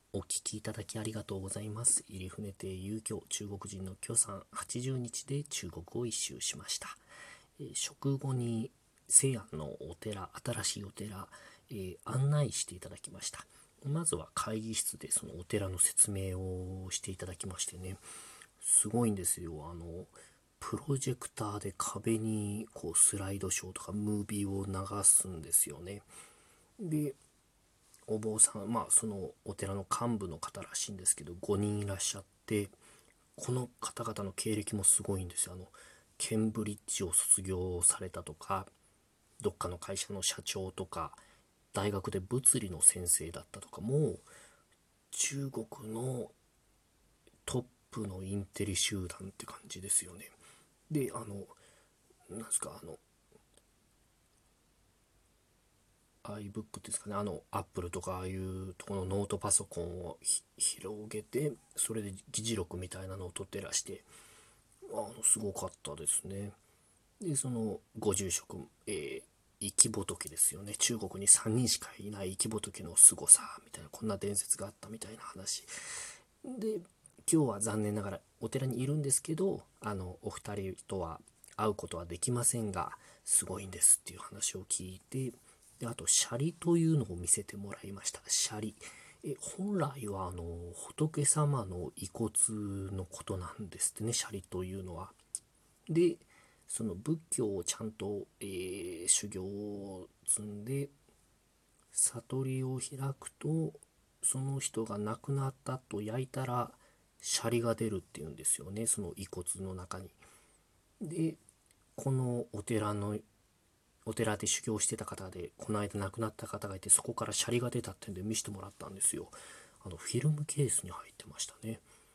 お聞きいただきありがとうございます。入船亭遊興、中国人の許さん、80日で中国を一周しました。食後に西安のお寺、新しいお寺、案内していただきました。まずは会議室でそのお寺の説明をしていただきましてね、すごいんですよ。プロジェクターで壁にこうスライドショーとかムービーを流すんですよね。で、お坊さん、そのお寺の幹部の方らしいんですけど、5人いらっしゃって、この方々の経歴もすごいんですよ。ケンブリッジを卒業されたとか、どっかの会社の社長とか、大学で物理の先生だったとか、もう中国のトップのインテリ集団って感じですよね。で、なんですか、iBook ですかね、Apple とかああいうところのノートパソコンを広げて、それで議事録みたいなのを取ってらして、すごかったですね。で、そのご住職、生き仏ですよね。中国に3人しかいない生き仏の凄さみたいな、こんな伝説があったみたいな話で、今日は残念ながらお寺にいるんですけど、お二人とは会うことはできませんが、すごいんですっていう話を聞いて、であとシャリというのを見せてもらいました。シャリ、本来は仏様の遺骨のことなんですってね、シャリというのは。で、その仏教をちゃんと、修行を積んで悟りを開くと、その人が亡くなったと焼いたらシャリが出るっていうんですよね、その遺骨の中に。で、このお寺で修行してた方で、この間亡くなった方がいて、そこからシャリが出たってんで見せてもらったんですよ。フィルムケースに入ってましたね。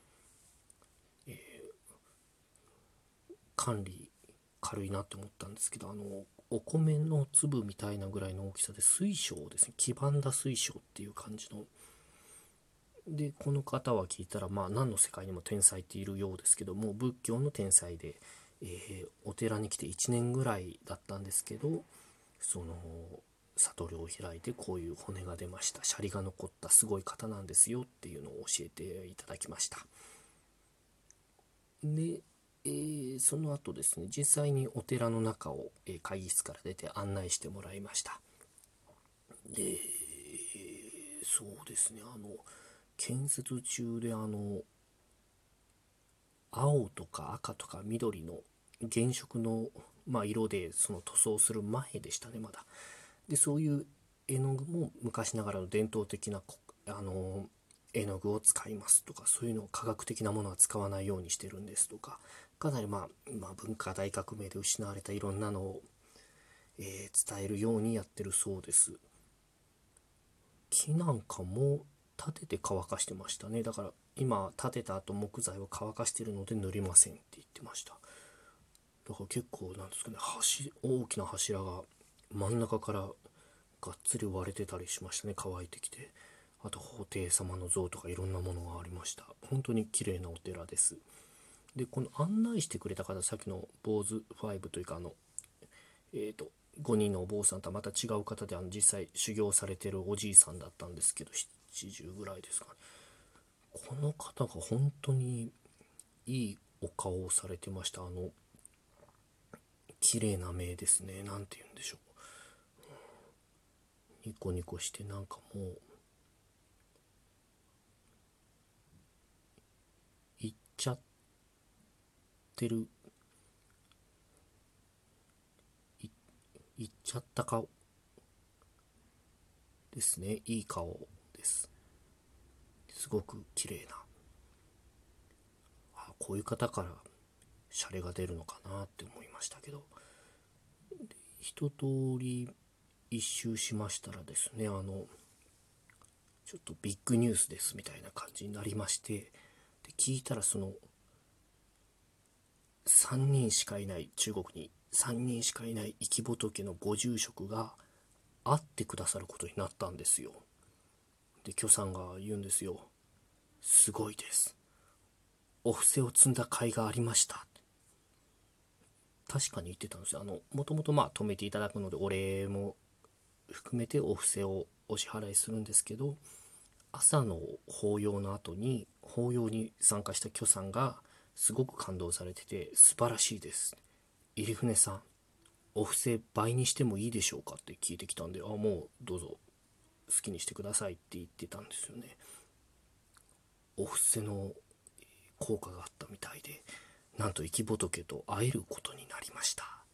管理軽いなって思ったんですけど、お米の粒みたいなぐらいの大きさで、水晶ですね、黄ばんだ水晶っていう感じの。で、この方は聞いたら、何の世界にも天才っているようですけども、仏教の天才で、お寺に来て1年ぐらいだったんですけど、その悟りを開いてこういう骨が出ました、シャリが残ったすごい方なんですよっていうのを教えていただきました。で、その後ですね、実際にお寺の中を、会議室から出て案内してもらいました。で、そうですね、建設中で青とか赤とか緑の原色の、色でその塗装する前でしたね、まだ。で、そういう絵の具も昔ながらの伝統的な絵の具を使いますとか、そういうのを科学的なものは使わないようにしてるんですとか、かなり文化大革命で失われたいろんなのを、伝えるようにやってるそうです。木なんかも立てて乾かしてましたね。だから今立てた後木材を乾かしてるので塗りませんって言ってました。だから結構なんですかね、大きな柱が真ん中からがっつり割れてたりしましたね、乾いてきて。あと法廷様の像とかいろんなものがありました。本当に綺麗なお寺です。で、この案内してくれた方、さっきの坊主5というかえっ、と5人のお坊さんとはまた違う方で、実際修行されてるおじいさんだったんですけど、70ぐらいですかね。この方が本当にいいお顔をされてました。綺麗な目ですね。なんて言うんでしょう。ニコニコしてなんかもう、いっちゃってる、いいっちゃった顔ですね。いい顔です。すごく綺麗な。こういう方からシャレが出るのかなって思いましたけど、一通り一周しましたらですね、ちょっとビッグニュースですみたいな感じになりまして、で聞いたら、その3人しかいない、中国に3人しかいない生き仏のご住職が会ってくださることになったんですよ。で、許さんが言うんですよ。すごいです。お布施を積んだ甲斐がありました。確かに言ってたんですよ。もともと止めていただくので、お礼も含めてお布施をお支払いするんですけど、 朝の法要の後に法要に参加した許さんがすごく感動されてて、素晴らしいです、入船さんお布施倍にしてもいいでしょうかって聞いてきたんで、もうどうぞ好きにしてくださいって言ってたんですよね。お布施の効果があったみたいで、なんと生き仏と会えることになりました。